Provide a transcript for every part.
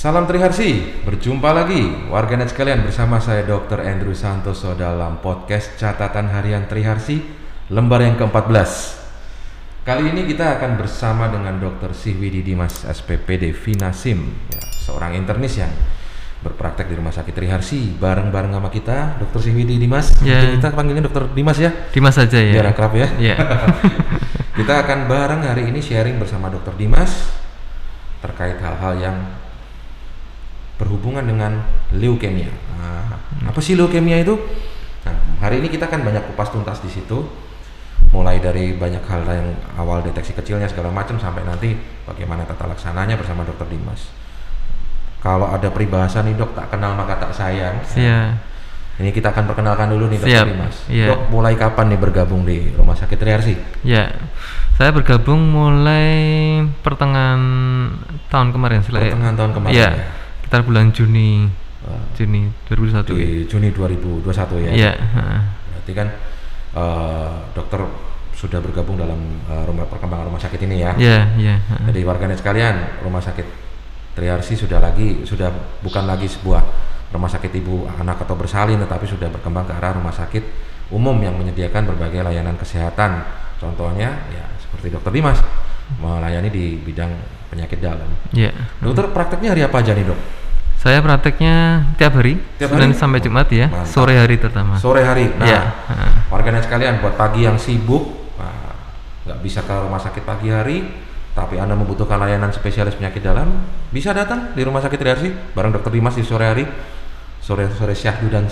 Salam Triharsi, berjumpa lagi warganet sekalian bersama saya Dr. Andrew Santoso dalam podcast Catatan Harian Triharsi lembar yang ke-14. Kali ini kita akan bersama dengan Dr. Sihwidi Dimas SPPD Vinasim, ya, seorang internis yang berpraktek di Rumah Sakit Triharsi. Bareng-bareng sama kita Dr. Sihwidi Dimas, kita panggilnya Dr. Dimas ya? Dimas saja ya. Biar akrab ya. Kita akan bareng hari ini sharing bersama Dr. Dimas terkait hal-hal yang berhubungan dengan leukemia. Apa sih leukemia itu? Nah, hari ini kita akan banyak kupas tuntas di situ, mulai dari banyak hal yang awal deteksi kecilnya segala macam sampai nanti bagaimana tata laksananya bersama Dr. Dimas. Kalau ada peribahasa nih dok, tak kenal maka tak sayang. Ini kita akan perkenalkan dulu nih Dr. Dimas. Dok, mulai kapan nih bergabung di Rumah Sakit Triharsi? Ya, saya bergabung mulai pertengahan tahun kemarin. Pertengahan tahun kemarin. Ya. Sekitar bulan Juni 2021. Di Juni 2021 ya. Iya. Berarti kan dokter sudah bergabung dalam perkembangan rumah sakit ini ya. Iya. Jadi warganet sekalian, Rumah Sakit Triharsi sudah bukan lagi sebuah rumah sakit ibu anak atau bersalin, tetapi sudah berkembang ke arah rumah sakit umum yang menyediakan berbagai layanan kesehatan. Contohnya ya seperti Dr. Dimas melayani di bidang penyakit dalam. Iya. Dokter prakteknya hari apa aja nih dok? Saya prakteknya tiap hari, Senin sampai Jumat ya. Mantap. Sore hari terutama. Sore hari. Nah, ya. Warganet sekalian, buat pagi yang sibuk, nggak bisa ke rumah sakit pagi hari, tapi Anda membutuhkan layanan spesialis penyakit dalam, bisa datang di Rumah Sakit Triharsi bareng Dr. Dimas di sore hari, sore syahdu dan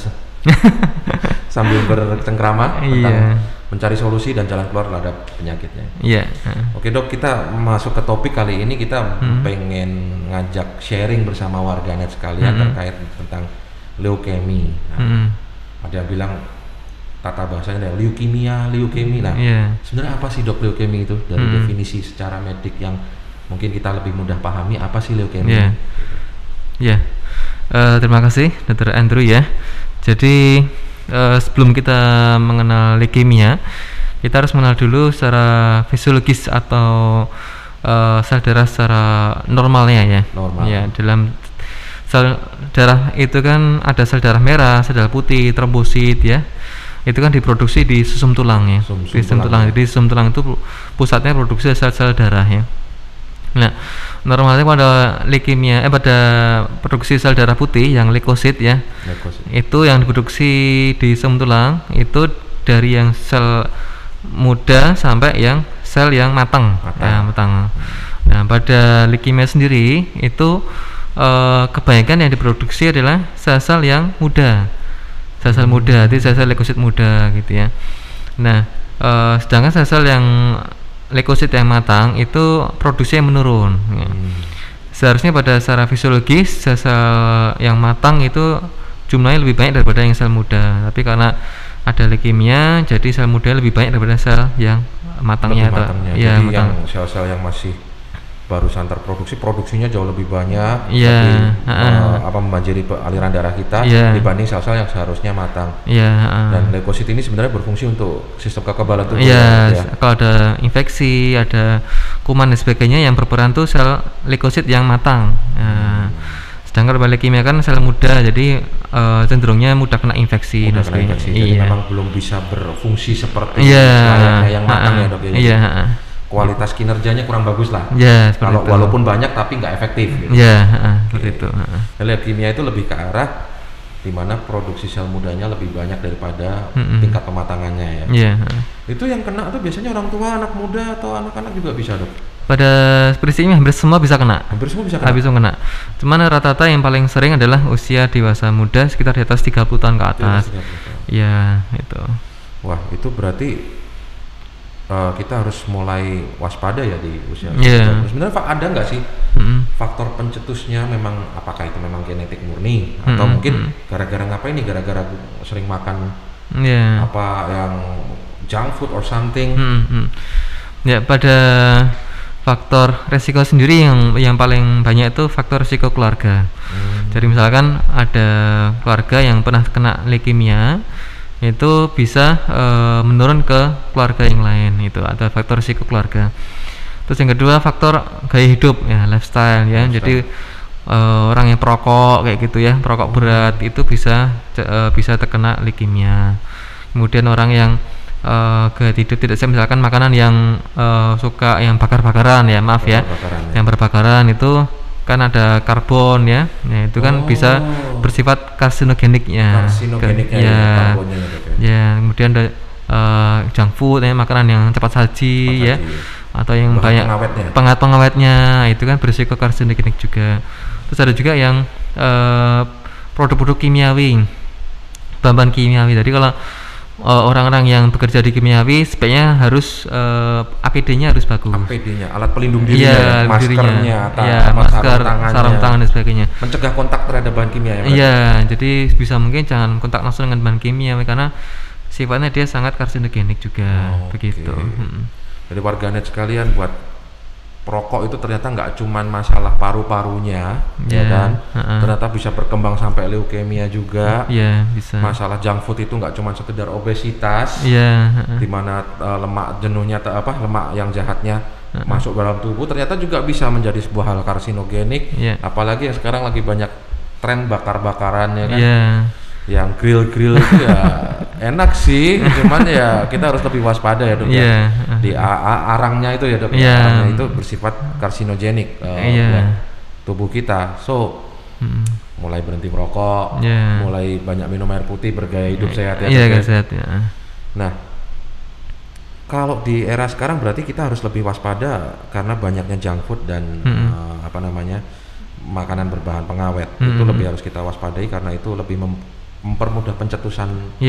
sambil bercengkrama tentang mencari solusi dan jalan keluar terhadap penyakitnya. Iya. Oke dok, kita masuk ke topik kali ini. Kita pengen ngajak sharing bersama warganet sekalian terkait tentang leukemia. Ada yang bilang tata bahasanya ada leukemia. Nah, sebenarnya apa sih dok leukemia itu? Dari definisi secara medik yang mungkin kita lebih mudah pahami, apa sih leukemia? Terima kasih Dr. Andrew ya. Jadi sebelum kita mengenal leukemia, kita harus mengenal dulu secara fisiologis atau sel darah secara normalnya ya. Ya, dalam sel darah itu kan ada sel darah merah, sel darah putih, trombosit ya. Itu kan diproduksi di susum tulang ya. Susum tulang. Jadi susum tulang itu pusatnya produksi sel-sel darah ya. Nah, normalnya pada leukemia pada produksi sel darah putih yang leukosit ya. Itu yang diproduksi di susum tulang itu dari yang sel muda sampai yang sel yang matang. Nah, pada leukemia sendiri itu kebanyakan yang diproduksi adalah sel-sel yang muda. Sel-sel muda, jadi sel-sel leukosit muda gitu ya. Nah, sedangkan sel-sel yang leukosit yang matang itu produksinya menurun. Seharusnya pada secara fisiologis sel-sel yang matang itu jumlahnya lebih banyak daripada yang sel muda. Tapi karena ada leukemia, jadi sel muda lebih banyak daripada sel yang matangnya. Jadi yang sel-sel yang masih barusan terproduksi, produksinya jauh lebih banyak, membanjiri aliran darah kita dibanding sel-sel yang seharusnya matang. Dan leukosit ini sebenarnya berfungsi untuk sistem kekebalan tubuh. Kalau ada infeksi, ada kuman dan sebagainya yang berperan tuh sel leukosit yang matang. Sedangkan pada leukemia kan sel muda, jadi cenderungnya mudah kena infeksi. Jadi memang belum bisa berfungsi seperti layaknya yang matang ya dok ya. Kualitas kinerjanya kurang bagus lah. Kalau walaupun banyak tapi nggak efektif. Seperti itu. Leukemia itu lebih ke arah di mana produksi sel mudanya lebih banyak daripada tingkat pematangannya ya. Itu yang kena tuh biasanya orang tua, anak muda atau anak-anak juga bisa dok. Pada prinsipnya hampir semua bisa kena. Cuman rata-rata yang paling sering adalah usia dewasa muda sekitar di atas 30 tahun ke atas. Ya, itu. Wah, itu berarti kita harus mulai waspada ya di usia. Sebenarnya ada nggak sih faktor pencetusnya? Memang apakah itu memang genetik murni atau mungkin gara-gara ngapain nih? Gara-gara sering makan apa yang junk food or something? Ya, pada faktor resiko sendiri yang paling banyak itu faktor resiko keluarga. Jadi misalkan ada keluarga yang pernah kena leukemia, itu bisa menurun ke keluarga yang lain, itu ada faktor risiko keluarga. Terus yang kedua faktor gaya hidup ya, lifestyle ya. Jadi orang yang perokok kayak gitu ya, perokok berat itu bisa terkena leukemia. Kemudian orang yang gaya tidur tidak sehat, misalkan makanan yang suka yang bakar-bakaran ya, maaf ya, yang berbakaran itu kan ada karbon ya, itu kan bisa bersifat karsinogeniknya. Ya, kemudian ada junk food ya, makanan yang cepat saji ya, atau yang banyak pengawetnya itu kan berisiko karsinogenik juga. Terus ada juga yang produk-produk kimiawi, bahan-bahan kimiawi. Jadi kalau orang-orang yang bekerja di kimiawi sebaiknya harus APD-nya harus bagus. APD-nya, alat pelindung dirinya, maskernya, masker, sarung tangan dan sebagainya. Mencegah kontak terhadap bahan kimia ya. Iya, jadi bisa mungkin jangan kontak langsung dengan bahan kimia karena sifatnya dia sangat karsinogenik juga, begitu. Jadi warganet sekalian, buat perokok itu ternyata nggak cuman masalah paru-parunya, ya kan? Ternyata bisa berkembang sampai leukemia juga. Bisa. Masalah junk food itu nggak cuma sekedar obesitas, di mana lemak jenuhnya lemak yang jahatnya masuk dalam tubuh, ternyata juga bisa menjadi sebuah hal karsinogenik. Apalagi yang sekarang lagi banyak tren bakar-bakaran ya kan. Yang grill itu ya enak sih, cuman ya kita harus lebih waspada ya dok. Di arangnya itu ya dok, arangnya itu bersifat karsinogenik buat tubuh kita. So mulai berhenti merokok, mulai banyak minum air putih, bergaya hidup sehat ya. Sehat ya. Nah, kalau di era sekarang berarti kita harus lebih waspada karena banyaknya junk food dan makanan berbahan pengawet. Itu lebih harus kita waspadai karena itu lebih mempermudah pencetusan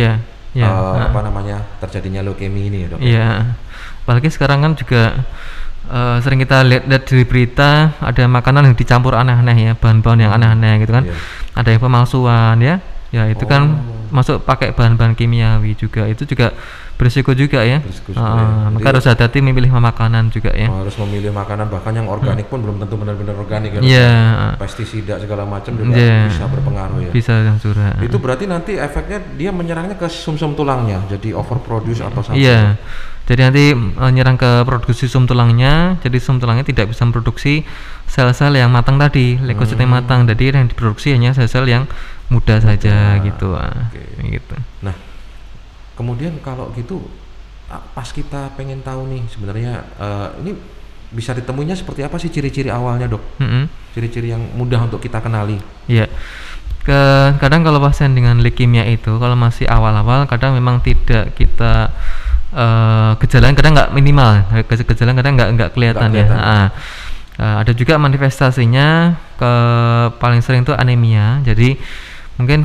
terjadinya leukemia ini ya dok. Apalagi sekarang kan juga sering kita lihat di berita ada makanan yang dicampur aneh-aneh ya, bahan-bahan yang aneh-aneh gitu kan. Ada yang pemalsuan ya itu kan masuk pakai bahan-bahan kimiawi juga, itu juga berisiko juga ya. Maka harus hati-hati memilih makanan juga ya. Harus memilih makanan, bahkan yang organik pun belum tentu benar-benar organik ya. Pestisida segala macam juga bisa berpengaruh ya. Bisa curah. Itu berarti nanti efeknya dia menyerangnya ke sumsum tulangnya, jadi overproduce atau something. Jadi nanti menyerang ke produksi sum tulangnya, jadi sum tulangnya tidak bisa memproduksi sel-sel yang matang tadi, leukosit yang matang. Jadi yang diproduksi hanya sel-sel yang muda saja gitu. Gitu. Nah, kemudian kalau gitu pas kita pengen tahu nih sebenarnya ini bisa ditemuinya seperti apa sih ciri-ciri awalnya dok? Ciri-ciri yang mudah untuk kita kenali. Kadang kalau pasien dengan leukemia itu kalau masih awal-awal kadang memang tidak kita gejala kadang nggak minimal, gejala kadang nggak kelihatan ya. Ada juga manifestasinya paling sering itu anemia. Jadi mungkin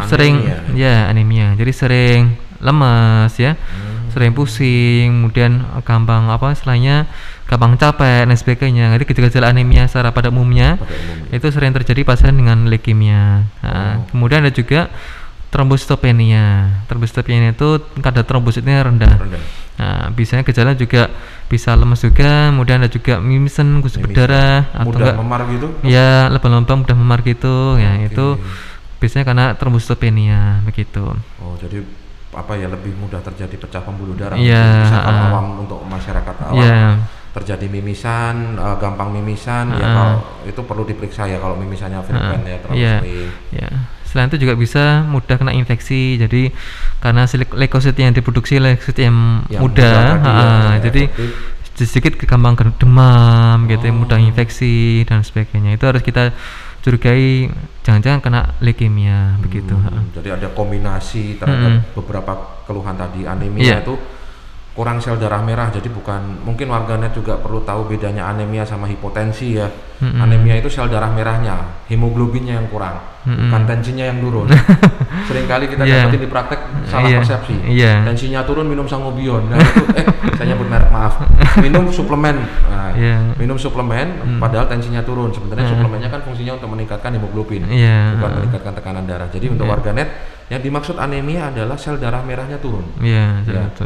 anemia. Jadi sering lemas ya, sering pusing, kemudian gampang gampang capek dan sebagainya. Jadi gejala anemia secara pada umumnya itu sering terjadi pasien dengan leukemia. Kemudian ada juga trombositopenia. Trombositopenia itu kadar trombositnya rendah. Biasanya gejala juga bisa lemas juga, kemudian ada juga mimisan, kusut berdarah, atau mudah memar gitu? Ya, lebam-lebam mudah memar gitu. Itu biasanya karena trombositopenia begitu. Jadi lebih mudah terjadi pecah pembuluh darah. Misalkan awam untuk masyarakat awam. Terjadi mimisan, gampang mimisan, kalau itu perlu diperiksa ya kalau mimisannya frekuen ya terlalu sering. Selain itu juga bisa mudah kena infeksi, jadi karena leukosit yang diproduksi leukosit yang muda, jadi sedikit gampang demam gitu, mudah infeksi dan sebagainya. Itu harus kita curigai, jangan-jangan kena leukemia begitu. Jadi ada kombinasi terhadap beberapa keluhan tadi. Anemia itu kurang sel darah merah, jadi mungkin warganet juga perlu tahu bedanya anemia sama hipotensi ya. Anemia itu sel darah merahnya, hemoglobinnya yang kurang, bukan tensinya yang turun. Seringkali kita dapatin di praktek salah persepsi. Tensinya turun minum sangobion. Nah, itu saya nyebut merek, maaf. Minum suplemen. Minum suplemen padahal tensinya turun. Sebenarnya suplemennya kan fungsinya untuk meningkatkan hemoglobin, bukan meningkatkan tekanan darah. Jadi untuk warganet yang dimaksud anemia adalah sel darah merahnya turun. Betul.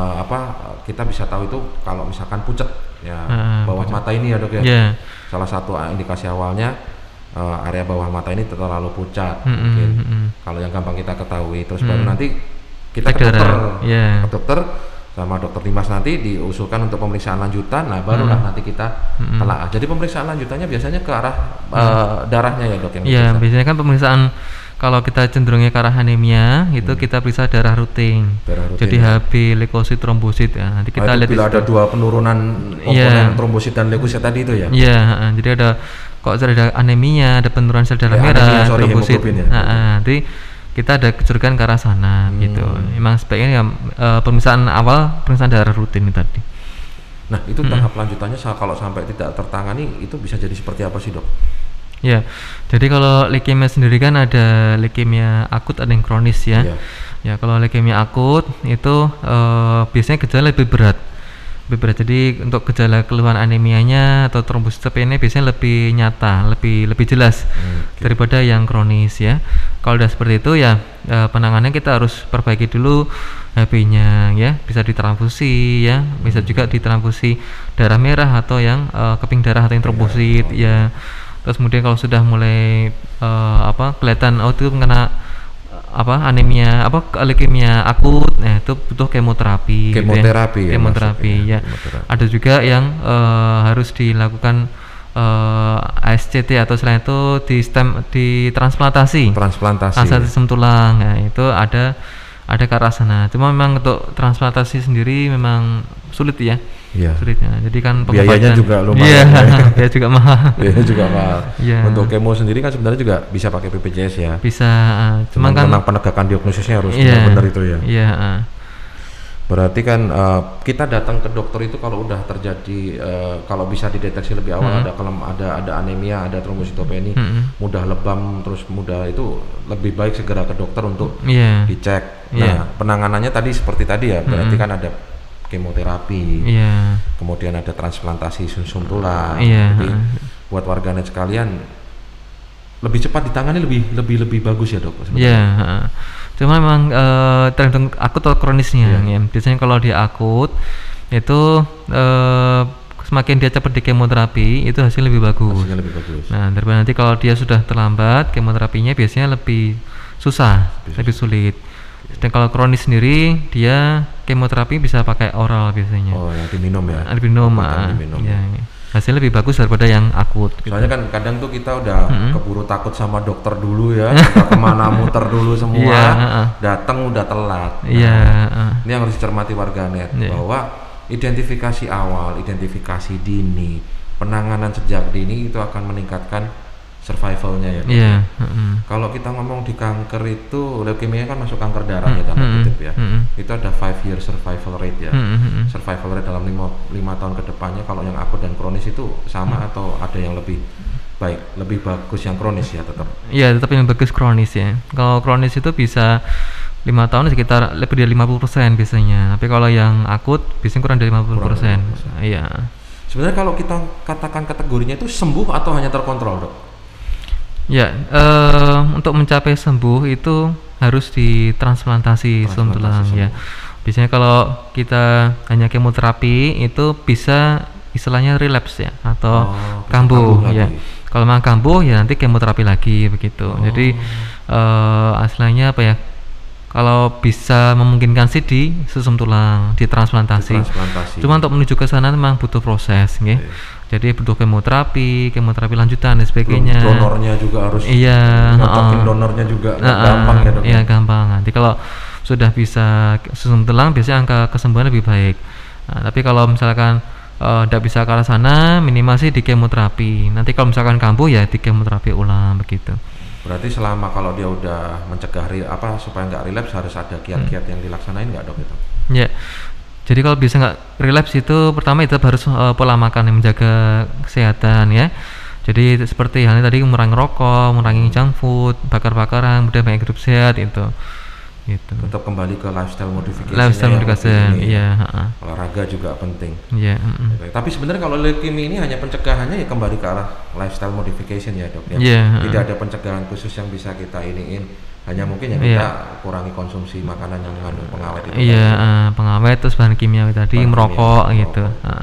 Kita bisa tahu itu kalau misalkan pucet bawah mata ini ya dok ya. Salah satu indikasi awalnya area bawah mata ini terlalu pucat. Mungkin kalau yang gampang kita ketahui, terus baru nanti kita ke dokter. sama Dokter Dimas nanti diusulkan untuk pemeriksaan lanjutan. Nah barulah nanti kita telaah. Jadi pemeriksaan lanjutannya biasanya ke arah darahnya ya dok yang Iya, diperiksa? biasanya kan pemeriksaan kalau kita cenderungnya ke arah anemia itu kita periksa darah rutin. Darah rutin, Jadi ya. HB, leukosit, trombosit ya. Nanti kita Itu lihat di bila ada situ. dua penurunan komponen trombosit dan leukosit tadi itu ya? Iya, jadi ada kok ada anemia, ada penurunan sel darah merah, anemia, sorry, trombosit. hemoglobin ya. Nanti kita ada kecurigaan ke arah sana gitu. Emang sebaiknya ya pemeriksaan awal pemeriksaan darah rutin itu tadi. Nah itu tahap lanjutannya kalau sampai tidak tertangani itu bisa jadi seperti apa sih dok? Ya, jadi kalau leukemia sendiri kan ada leukemia akut, ada yang kronis ya. Iya. Ya, kalau leukemia akut itu biasanya gejala lebih berat. Jadi untuk gejala keluhan anemianya atau trombositopenia biasanya lebih nyata, lebih jelas daripada yang kronis ya. Kalau udah seperti itu ya penanganannya kita harus perbaiki dulu HB-nya ya, bisa ditransfusi ya, bisa juga ditransfusi darah merah atau yang keping darah atau yang trombosit ya. Terus kemudian kalau sudah mulai kelihatan itu kena anemia leukemia akut, nah itu butuh kemoterapi Kemoterapi gitu ya, kemoterapi maksudnya, ya. kemoterapi. Ada juga yang harus dilakukan ASCT atau selain itu di transplantasi sistem tulang. Nah, itu ada ke arah sana. Cuma memang untuk transplantasi sendiri memang sulit ya. Iya. Sulit ya. Jadi kan Biayanya juga lumayan. Iya, biaya juga mahal. Biayanya juga mahal. Iya. Untuk kemo sendiri kan sebenarnya juga bisa pakai BPJS ya. Bisa, Cuman kan memang penegakan diagnosisnya harus iya, benar-benar itu ya. Iya. Berarti kan kita datang ke dokter itu kalau udah terjadi kalau bisa dideteksi lebih awal ada anemia, ada trombositopeni, mudah lebam terus mudah itu lebih baik segera ke dokter untuk dicek. Nah, penanganannya tadi seperti tadi ya, berarti kan ada kemoterapi. Kemudian ada transplantasi sum-sum tulang. Jadi buat warganet sekalian lebih cepat ditangani lebih bagus ya, Dok. Iya, cuma memang tergantung akut atau kronisnya ya. Biasanya kalau dia akut itu semakin dia cepat di kemoterapi itu hasilnya lebih bagus. Nah, daripada nanti kalau dia sudah terlambat kemoterapinya biasanya lebih susah, lebih sulit. Dan kalau kronis sendiri dia kemoterapi bisa pakai oral biasanya. Oh ya, diminum ya. Diminum. Ya. Hasilnya lebih bagus daripada yang akut. Soalnya kan kadang tuh kita udah keburu takut sama dokter dulu ya, kita kemana muter dulu semua, datang udah telat. Nah, ini yang harus dicermati warganet bahwa identifikasi awal, identifikasi dini, penanganan sejak dini itu akan meningkatkan survivalnya ya. Kalau kita ngomong di kanker itu leukemia kan masuk kanker darah ya tanda kutip ya. Itu ada 5-year survival rate ya. Survival rate dalam 5 tahun ke depannya kalau yang akut dan kronis itu sama atau ada yang lebih baik, lebih bagus yang kronis ya tetap. Iya, tetap yang bagus kronis ya. Kalau kronis itu bisa 5 tahun sekitar lebih dari 50% biasanya. Tapi kalau yang akut biasanya kurang dari 50%. Iya. Sebenarnya kalau kita katakan kategorinya itu sembuh atau hanya terkontrol, Dok? Ya, untuk mencapai sembuh itu harus ditransplantasi sum tulang ya. Biasanya kalau kita hanya kemoterapi itu bisa istilahnya relapse ya atau kambuh ya. Kalau memang kambuh ya nanti kemoterapi lagi begitu. Jadi istilahnya apa ya? Kalau bisa memungkinkan sih di sum tulang ditransplantasi. Cuma untuk menuju ke sana memang butuh proses ya. Jadi butuh kemoterapi lanjutan dan sebagainya. Donornya juga harus. Iya. Donornya juga gampang ya, Dok. Iya, gampang. Nanti kalau sudah bisa sum tulang biasanya angka kesembuhan lebih baik. Nah, tapi kalau misalkan tidak bisa ke arah sana, minimal sih di kemoterapi. Nanti kalau misalkan kambuh ya di kemoterapi ulang begitu. Berarti selama kalau dia udah mencegah supaya nggak relapse harus ada kiat-kiat yang dilaksanain nggak, Dok itu? Ya. Jadi kalau bisa nggak relapse itu pertama itu harus pola makan yang menjaga kesehatan ya. Jadi seperti halnya tadi mengurangi rokok, mengurangi junk food, bakar-bakaran, kemudian banyak hidup sehat itu. Gitu. Tetap kembali ke lifestyle modification. Iya. Olahraga juga penting. Iya. Tapi sebenarnya kalau leukemia ini hanya pencegahannya ya kembali ke arah lifestyle modification ya, Dok ya. Tidak ada pencegahan khusus yang bisa kita iniin. Hanya mungkin yang kita kurangi konsumsi makanan yang mengandung pengawet itu. Pengawet terus bahan kimia tadi, merokok gitu.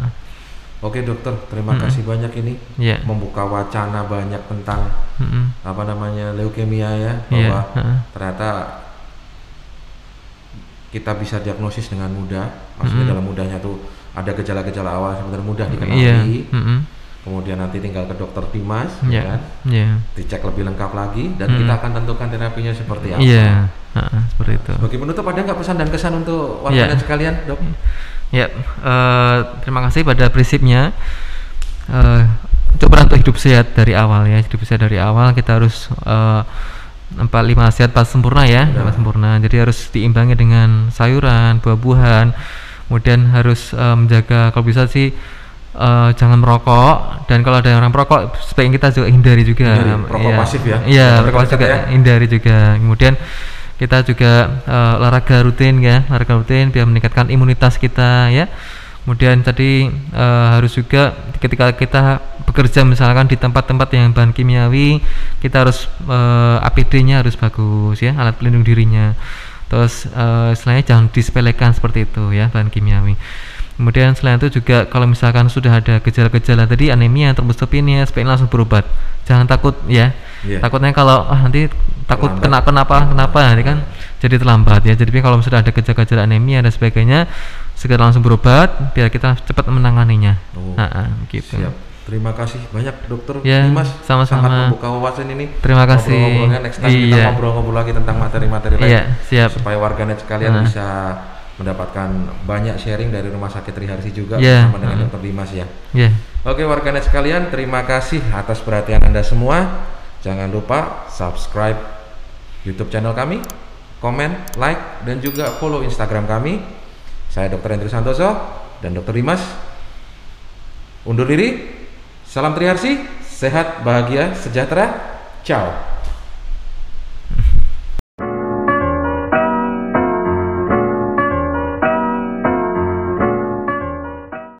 Oke, Dokter, terima kasih banyak ini membuka wacana banyak tentang leukemia ya, bahwa ternyata kita bisa diagnosis dengan mudah. Maksudnya dalam mudahnya tuh ada gejala-gejala awal sebenarnya mudah dikenali. Iya. Kemudian nanti tinggal ke dokter Dimas, Iya. kan? Iya. Dicek lebih lengkap lagi dan kita akan tentukan terapinya seperti apa. Iya. Seperti itu. Sebagai penutup ada nggak pesan dan kesan untuk warganet sekalian, Dok? Ya, terima kasih pada prinsipnya. Coba untuk hidup sehat dari awal ya. Hidup sehat dari awal kita harus 4-5 sehat pas sempurna ya, pas sempurna. Jadi harus diimbangi dengan sayuran, buah-buahan. Kemudian harus menjaga, kalau bisa sih jangan merokok, dan kalau ada yang orang merokok sebaiknya kita juga hindari juga. Merokok pasif ya. Iya, merokok juga hindari juga. Kemudian kita juga olahraga rutin ya, olahraga rutin biar meningkatkan imunitas kita ya. Kemudian tadi harus juga ketika kita bekerja misalkan di tempat-tempat yang bahan kimiawi, kita harus APD-nya harus bagus ya, alat pelindung dirinya. Terus istilahnya jangan disepelekan seperti itu ya, bahan kimiawi. Kemudian selain itu juga kalau misalkan sudah ada gejala-gejala tadi anemia, trombositopenia, sebaiknya langsung berobat. Jangan takut ya. Takutnya kalau nanti takut kenapa nanti kan jadi terlambat ya. Jadi kalau sudah ada gejala-gejala anemia dan sebagainya, segera langsung berobat biar kita cepat menanganinya. Gitu. Siap. Terima kasih banyak Dokter Dimas, sangat membuka wawasan ini. Terima kasih. Ngobrol-ngobrolnya next time kita ngobrol-ngobrol lagi tentang materi-materi lain. Siap. Supaya warganet sekalian bisa mendapatkan banyak sharing dari Rumah Sakit Triharsi juga bersama dengan Dokter Dimas ya. Oke warganet sekalian, terima kasih atas perhatian Anda semua. Jangan lupa subscribe YouTube channel kami, komen, like, dan juga follow Instagram kami. Saya Dr. Andrew Santoso dan Dr. Dimas undur diri. Salam Triharsi, sehat, bahagia, sejahtera. Ciao.